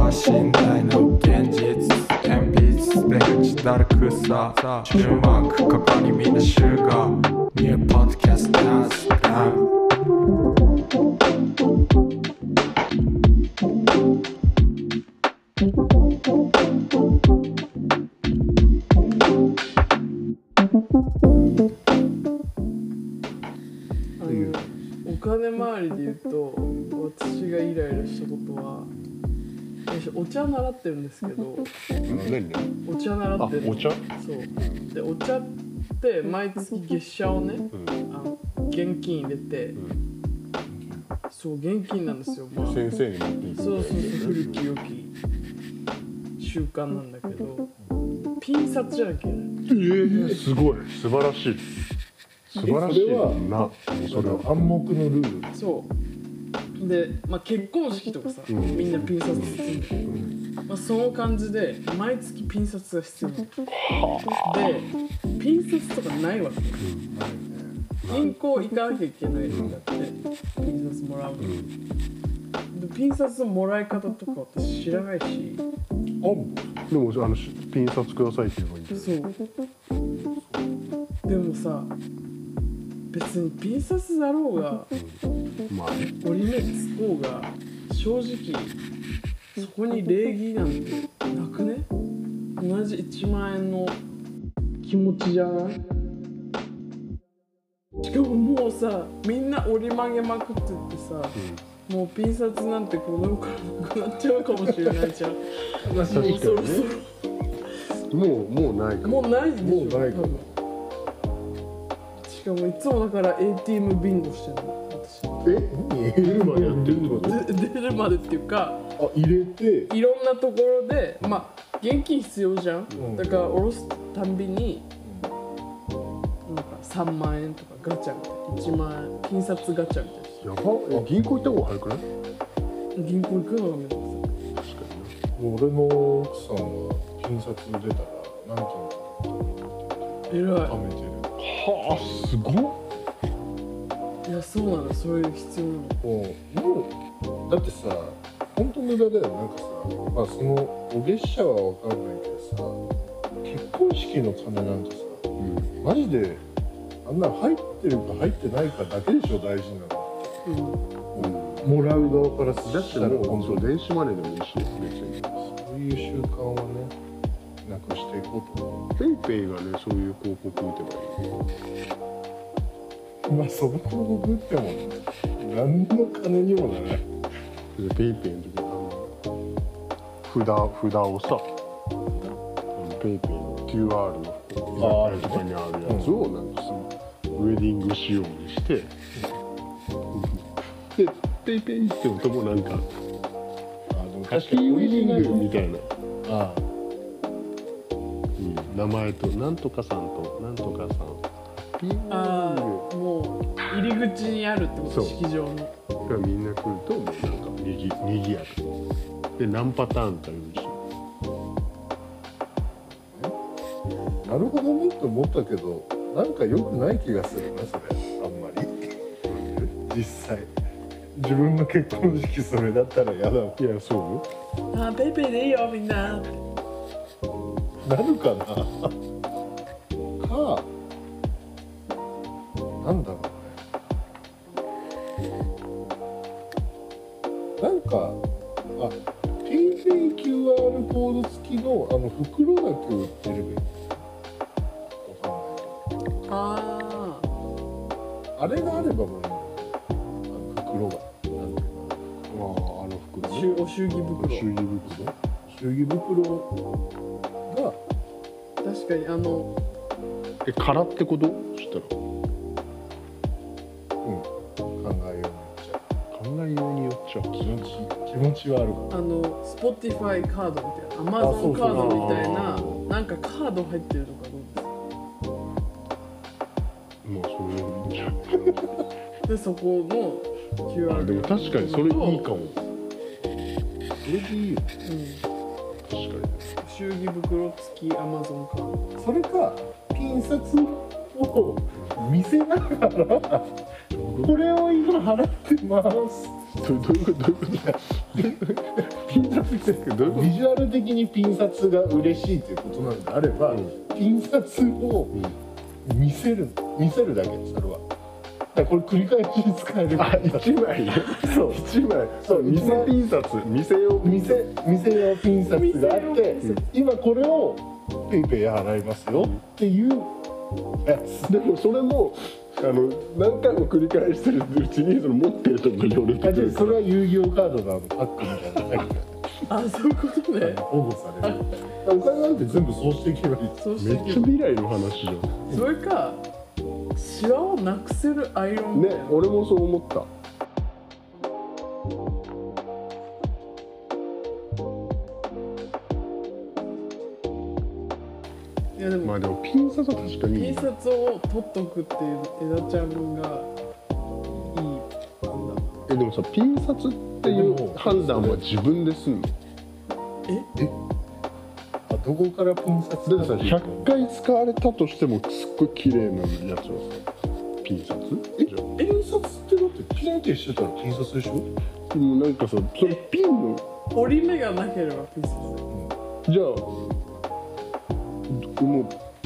は信頼の現実鉛筆で打ちだるくさ注目ここにみんな集合 New Podcast Dance お金回りで言うと私がイライラしたことはお茶習ってるんですけどお茶習ってるお茶そうでお茶って毎月月謝をね、現金入れて、そう現金なんですよ、 先生に持っていくそう古き良き習慣なんだけどピン札じゃなきゃいけないすごい素晴らしい素晴らしいなそれは暗黙のルールそうで、結婚式とかさ、みんなピン札必要、その感じで毎月ピン札が必要なのでピン札とかないわけ、銀行行かなきゃいけないんだって、ピン札もらうの、でピン札のもらい方とか私知らないしでもピン札くださいって言えばいいんだよそうでもさ別にピン札だろうが、折り目つこうが正直そこに礼儀なんてなくね？同じ1万円の気持ちじゃない？しかももうさみんな折り曲げまくってってさ、もうピン札なんてこの世からなくなっちゃうかもしれないじゃんもうそろそろもうないかもうないでしょもうないかもしかもいつもだから ATM ビンゴしてるの私出るまでやってるってこと出るまでっていうか入れていろんなところで現金必要じゃん、だから下ろすたんびになんか3万円とかガチャみたいな1万円ピン札ガチャみたいなやば銀行行った方が早くない銀行行くのがめんどく俺の奥さんはピン札出たら何件さい偉い貯めてるはあすごっいやそうなのそういう必要なのもうだってさ本当無駄だよなんかさそのお月謝は分かんないけどさ結婚式の金なんかさ、マジであんな入ってるか入ってないかだけでしょ大事なのもらう側からすだったら本当電子マネーでもいいし別にそういう習慣はねなくしていこうと思ペイペイがねそういう広告打てばいいその広告打っても何の金にもならないペイペイの時札をさペイペイの QR の居酒屋とかにあるやつをなんかウェディング仕様にしてでペイペイって音もなんかハッピーウェディングみたいな名前となんとかさんとなんとかさんハッピーウェディングもう入り口にあるってこと式場のがみんな来るともうなんかにぎやかで何パターンかいるしなるほどねって思ったけどなんか良くない気がするなそれあんまり実際自分の結婚式それだったら嫌だもんいやそうペイペイでいいよみんななるかななんだろうねなんかPayPay QR コード付きの袋だけ売ってるべきあれがあればもう袋がなんていうの袋お祝儀袋祝儀袋が確かに空ってことしたら考えようによっちゃう気持ちはあるから Spotify カードみたいな Amazon カードみたいななんかカード入ってるとかどうですかそういうじゃでそこの QR でも確かにそれいいかもそれでいいよ確かに祝儀袋付き Amazon カードそれかピン札を見せながらこれを今払ってますどういうことピン札来てるけどどういうこビジュアル的にピン札が嬉しいということなのであれば、ピン札を見せるだけそれは。だからこれ繰り返し使える。 1枚ね。 そう 1枚。そう偽ピン札、偽用ピン札があって、今これをペイペイ払いますよっていうやつ。 でもそれも何回も繰り返してるうちにその持ってる人がよるでそれは遊戯王カードのパックみたいなのが入ってる。 あ、そういうことね。 保護される。お金なんて全部そうしていけばいい。 そうしてめっちゃ未来の話じゃん。 それかシワをなくせるアイロンみたいな。 俺もそう思った。 いやでも、 でもピン札は確かにピン札を取っとくっていう枝ちゃんがいいなんだ。 でもさ、ピン札っていう判断は自分ですんの？ どこからピン札だってさ、100回使われたとしてもすっごい綺麗なやつはさ、ピン札？ ピン札ってだってピンってしてたらピン札でしょ？ でもなんかさ、それピンの折り目がなければピン札。 じゃあもう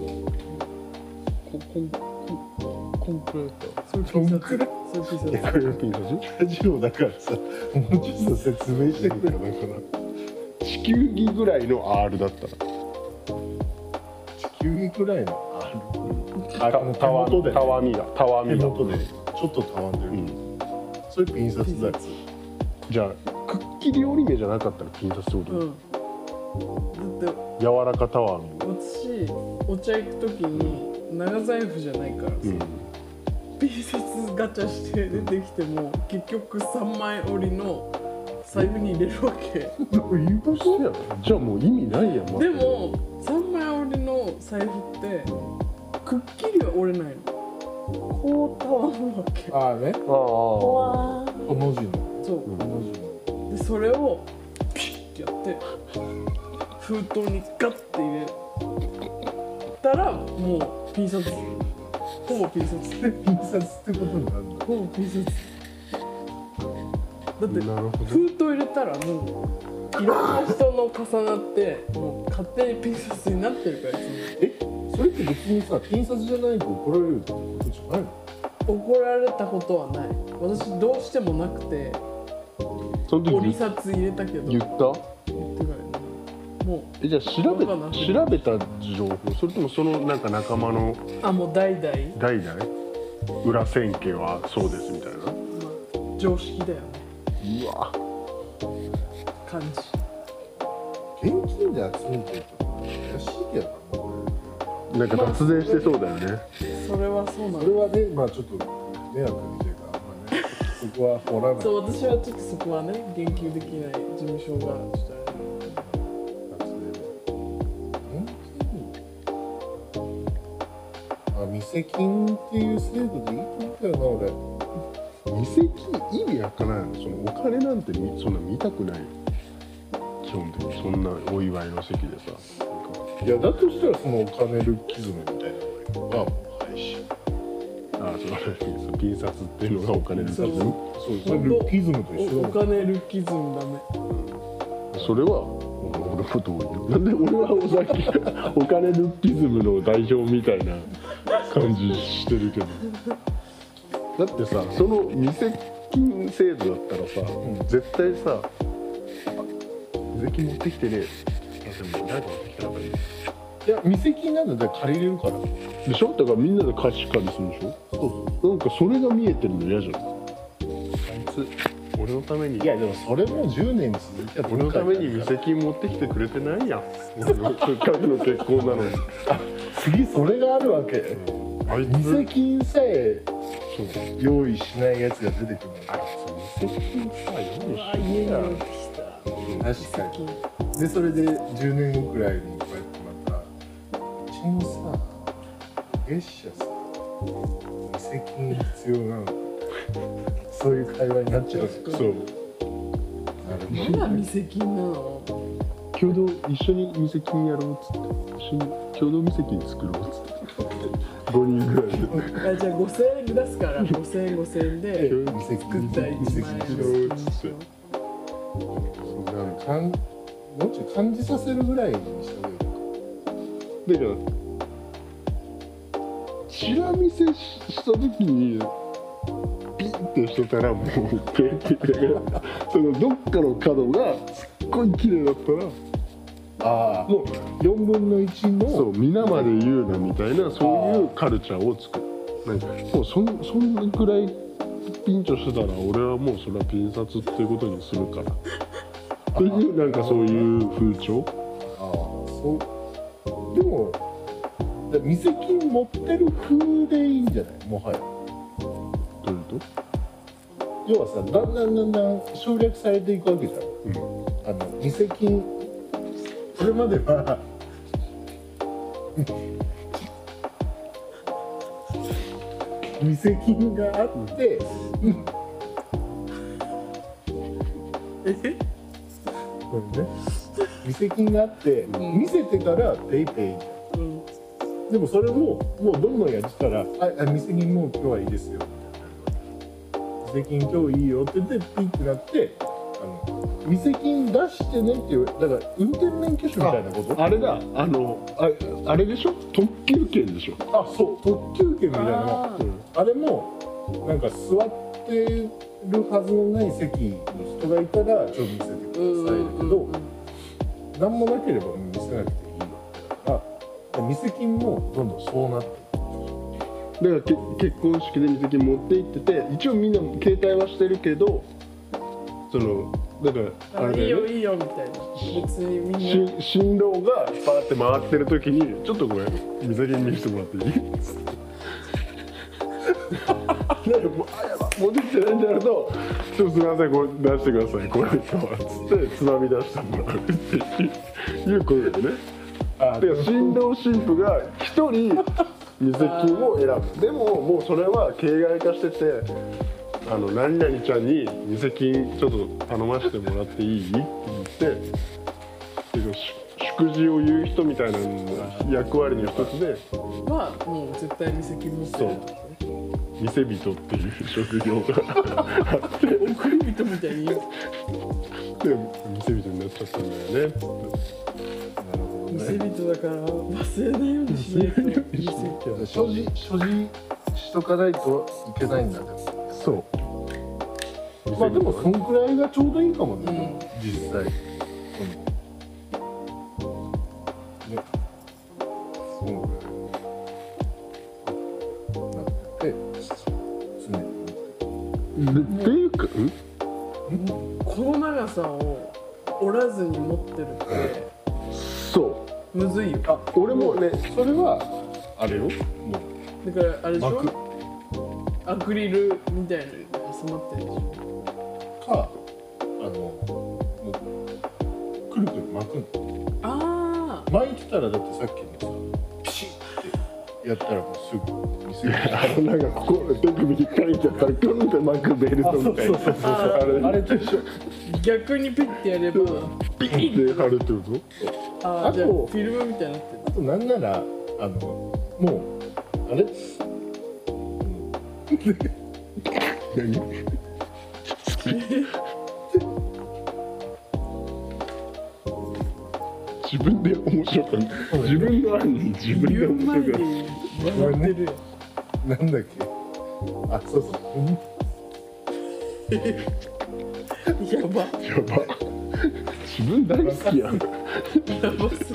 コンプレート。 それピン札。それピン札。 これがピン札？ ラジオだからさ、もうちょっと説明してくれよ。だから地球儀ぐらいの R だったら。 地球儀くらいの R。 たわみだ。たわみだ。 手元でちょっとたわんでる。それピン札だよ。 じゃあくっきり折り目じゃなかったらピン札ってこと？ だって柔らかたわみ。 私お茶行くときに長財布じゃないからさ、ピン札ガチャして出てきても結局3枚折りの財布に入れるわけ。 どういうことや？じゃあもう意味ないやん。 でも3枚折りの財布ってくっきりは折れないの。こうたわむわけ。 ああね。 わーこの字の。 そうこの字の。 でそれをピシッてやって封筒にガッて入れたらもうピン札。ほぼピン札。 ピン札ってことになるんだ。 ほぼピン札。だってなるほど。 封筒入れたらもういろんな人の重なってもう勝手にピン札になってるから。 それって別にさ、ピン札じゃないと怒られるってことじゃないの？ 怒られたことはない。私どうしてもなくてその時折り札入れたけど言った？ 言ってないね。もじゃあ調べた情報、それともそのなんか仲間のうもう代々、 代々裏千家はそうですみたいな。 常識だよね。 うわ。 感じ。 現金で集めてると怪しいけどな。 なんか脱税してそうだよね。 それはそうなそれの。 はね、まあちょっと迷惑にしてるから、あんまね、そこは掘らない。 そう、私はちょっとそこはね言及できない事務所がちょっとあれ。 店金っていう制度でいいと思ったよな俺。 店金意味わからないの。そのお金なんてそんな見たくないよ。基本的にそんなお祝いの席でさ。 いやだとしたらそのお金ルッキズムみたいなのがもう廃止。 そうピン札っていうのがお金ルッキズム。 そうそれルッキズムと一緒だもん。 お金ルッキズムダメ。 それは俺も同意。なんで俺はお金ルッキズムの代表みたいな感じしてるけど。だってさ、その店金制度だったらさ、絶対さ、税金持ってきてね。でも誰か持ってきたらいい。 いや店金なんだ借りれるから。 でしょ？だからみんなで貸し借りするでしょ？そう。なんかそれが見えてるの嫌じゃん。あいつ俺のために。 いやでもそれも10年続いたら俺のために店金持ってきてくれてないやん。俺のせっかくの結婚なのに。 次それがあるわけ。 あいつ店金さえ用意しないやつが出てくるの。 店金さ用意うわして家にや持ってきた。 確かに。でそれで10年後くらいにこうやってまたうちのさ月謝さ店金必要なの。そういう会話になっちゃう。 そう。 まだ店金なの？ 共同一緒に店金やろうっつって一緒に共同店金作ろうっつって5人ぐらいでじゃあ5000円出すから5000円で店作った1万円しようっつってもうちょい感じさせるぐらいにした方がいいか。 だからチラ見せした時にピンってしてたらもうペンってだからそのどっかの角がすっごい綺麗だったらああもう4分の1のそう皆まで言うなみたいなそういうカルチャーを作る。なんかもうそんくらいピンチをしてたら俺はもうそれはピン札っていうことにするからっていうなんかそういう風潮。 ああそうでも店金持ってる風でいいんじゃないもはや。 どういうと？ 要はさだんだん省略されていくわけじゃん。店金それまでは店金があって店金があって見せてからペイペイ、でもそれももうどんどんやってたら店金もう今日はいいですよ店金今日いいよって言ってピッてなって店金出してねっていうだから運転免許証みたいなことあれだあれでしょ特急券でしょ。 あそう特急券みたいなあれもなんか座ってるはずのない席に人がいたらちょっと見せてくださいだけど何もなければ見せなくていいわけだから店金もどんどんそうなっていく。 だから結婚式で店金持って行ってて一応みんな携帯はしてるけどそのだからあれだよねいいよみたいな別にみんな新郎がパーって回ってる時にちょっとごめん店金見せてもらっていいなんかもうやば持ってきてないんだろうとちょっとすみませんこれ出してくださいこれですわつってつまみ出してもらうっていうことだよね。で新郎新婦が一人店金を選ぶ。でももうそれは形骸化してて何々ちゃんに店金ちょっと頼ませてもらっていいって言って祝辞を言う人みたいな役割の一つではもう絶対店金持ってる店人っていう職業があって送り人みたいに言うで店人になっちゃったんだよねっつって店人だから忘れないようにしないと店所持しとかないといけないんだね。 そうまあでもそんくらいがちょうどいいかもね、実際。ね、そんくらい。なんて常にっていうかこの長さを折らずに持ってるってそうむずいよ。 俺もねそれはあれよもうだからあれでし巻くょアクリルみたいなのに挟まってるでしょかもうくるくる巻くの。 あ巻いてたらだってさっきのさピシッってやったらもうすぐ店がなんかここ手首に書いてあったらクンって巻くベルトみたいなあれと一緒。 逆にピッてやればピッて貼るってことあじゃああとフィルムみたいになってるあとなんならもうあれ何自分で面白かった自分の案に自分で言う前面白かっに笑ってるよなんだっけあそうそうやばたやば自分大好きやんやばす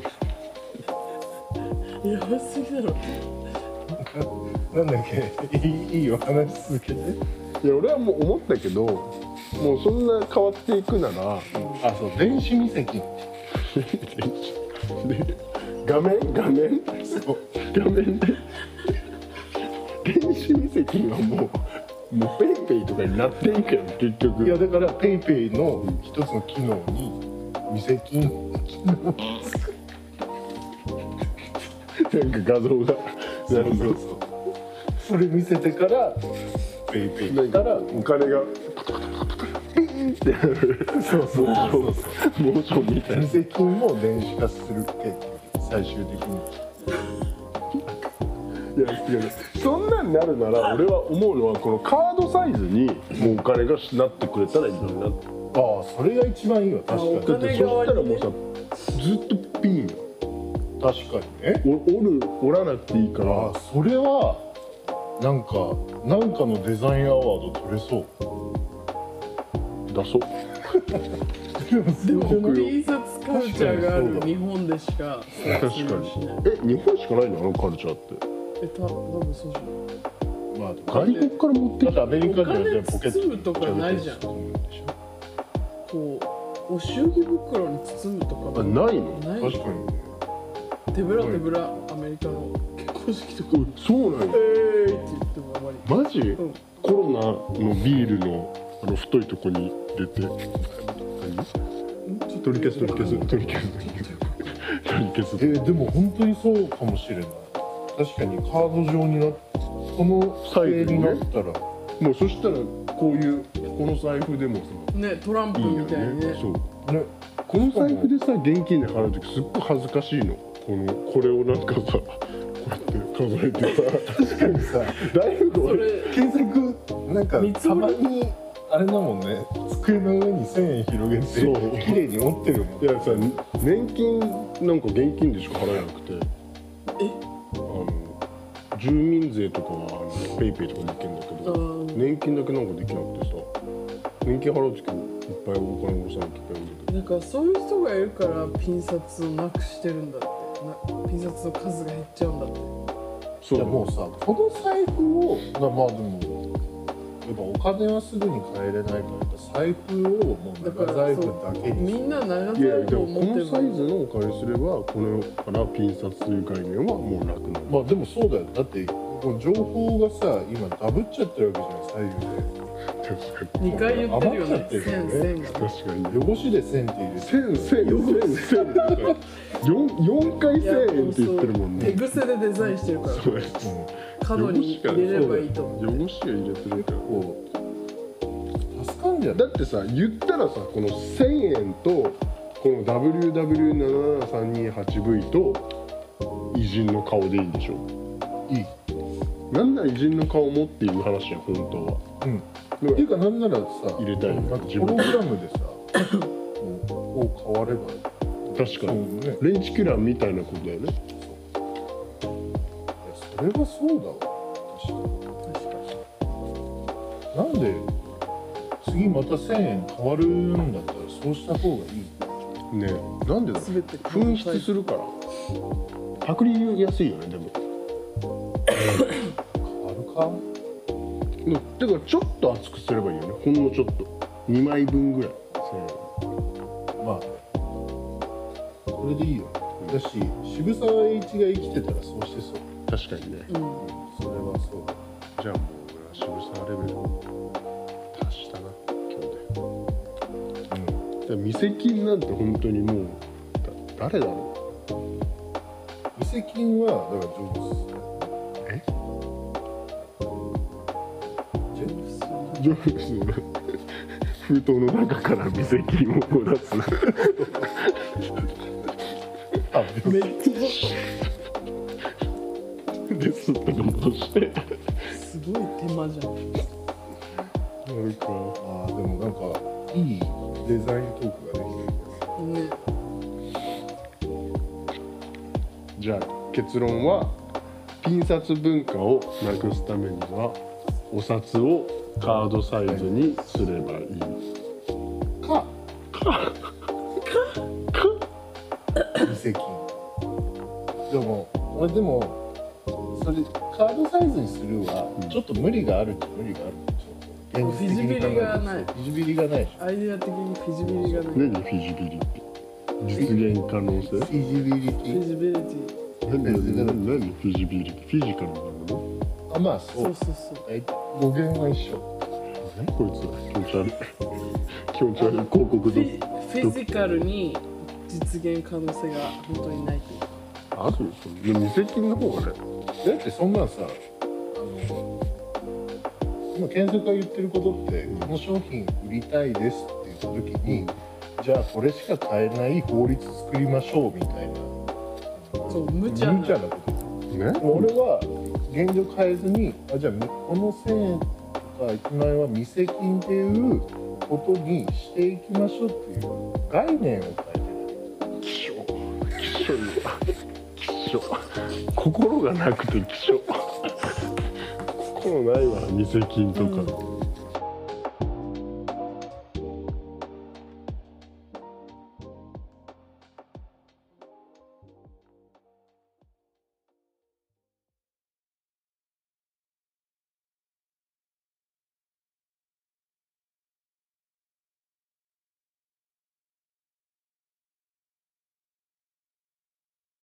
ぎやばすぎだろなんだっけいいよ話し続けて。 いや俺はもう思ったけどもうそんな変わっていくならあそう電子見席で画面そう画面で電子見席はもうペイペイとかになっていくやん結局いやだからペイペイの一つの機能に店金機能なんか画像がそうそれ見せてからペイペイなんかからお金がピーンってなるそうそうモーションみたいな。 金石も電子化するって最終的に。 いや違う、そんなんなるなら俺は思うのはこのカードサイズにもうお金がなってくれたらいいのになって。 ああそれが一番いいわ確おかに。 だってそしたらもうさずっとピンよ。 確かにね。 折らなくていいから。 ああそれはなんかのデザインアワード取れそう。 出そう。 でも僕よ T シャツカルチャーがある日本でしか確かに。 通用しない。 日本しかないのあのカルチャーって。 多分そうじゃん。 まあ外国から持ってきた。 だってアメリカ人はお金ポケット包むとかないじゃん。こうお祝儀袋に包むとかあないの？ ない確かにね。 手ぶら手ぶらアメリカの結婚式とかそうなんや。 って言ってもあまり。 マジ？ うんコロナのビールの太いとこに入れて取り消すでも本当にそうかもしれない。確かにカード状になっこのサイズにねになったらもうそしたらこういうこの財布でもさねトランプいいよみたいにね。 そうねこの財布でさ現金で払うときすっごい恥ずかしいの。これをなんかさこうやって数えてさ確かにさだいぶそれ検索なんか見積もりたまにあれだもんね机の上に1000円広げそうて綺麗に持ってるもん。 いやさ年金なんか現金でしか払えなくて住民税とかはペイペイとかできるんだけど年金だけなんかできなくてさ年金払うときいっぱいお金下ろさなきゃいけないんだけどなんかそういう人がいるからピン札をなくしてるんだって。ピン札の数が減っちゃうんだって。 そいやもうさこの財布をまあでもやっぱお金はすぐに変えれないからやっぱ財布をもう長財布だけにみんな長いや財布をでもこ持ってるのサイズのお金すればこの世からピン札という概念はもうなくなる。 まあでもそうだよ。だってこの情報がさ今ダブっちゃってるわけじゃない左右で。 確かに 2回言ってるよね。 余っちゃってるよね 1000が。 確かに汚しで1000って入れて 1000 4回1000円って言ってるもんね。 手癖でデザインしてるからそうです角に入れればいいと思う。 汚しが入れてるからこう助かんじゃん。 だってさ言ったらさこの1000円とこの WW77328V と偉人の顔でいいんでしょ。 いい。 なんなら偉人の顔もっていう話や本当は。 うん。 だからっていうかなんならさ入れたいよねなんかホログラムでさこう変われば確かそうにね。 レンチキュラーみたいなことだよね。 いやそれはそうだわ確かに。なんで次また1000円変わるんだったらそうした方がいい。 ねなんでだろう。 全て紛失するからパクリやすいよね。でも変わるか。 だからちょっと厚くすればいいよね。ほんのちょっと2枚分ぐらい。 まあそれでいいよ。だし渋沢栄一が生きてたらそうしてそう。 確かにね。 うん。 それはそうだ。 じゃあもう俺は渋沢レベル達したな今日で。だから店金なんて本当にもう誰だろ店金はだから上手ですね。 えじゃジョブズ封筒の中から店金をこう出すあめっちですって戻してゃすごい手間じゃん。 なんかあでもなんかいいデザイントークができてる。 ね。 じゃあ結論はピン札文化をなくすためにはお札をカードサイズにすればいい。 か店金。でも俺でもそれカードサイズにするはちょっと無理があるっちゃ無理があるんでしょ。現実的に考えるとフィジビリがないフィジビリがないでしょ。 アイデア的にフィジビリがない。 何フィジビリって実現可能性フィジビリテフィジビリティ。 何フィジビリフィジカルなもの。 ィ。あまあそう。 そうそうそう。 語源は一緒。 何こいつ気持ち悪い気持ち悪い広告のフィジカルに実現可能性が本当にないという。 あるよそれで店金の方がね。 だってそんなんさ今検索が言ってることってこの商品売りたいですってった時に、じゃあこれしか買えない法律作りましょうみたいなそう無茶な無茶なことね俺は現状変えずにじゃあこの1000円とか1万円は未成金っていうことにしていきましょうっていう概念を変えてる。 きしょいわきしょ心がなくてきしょ心ないわ未成金とか、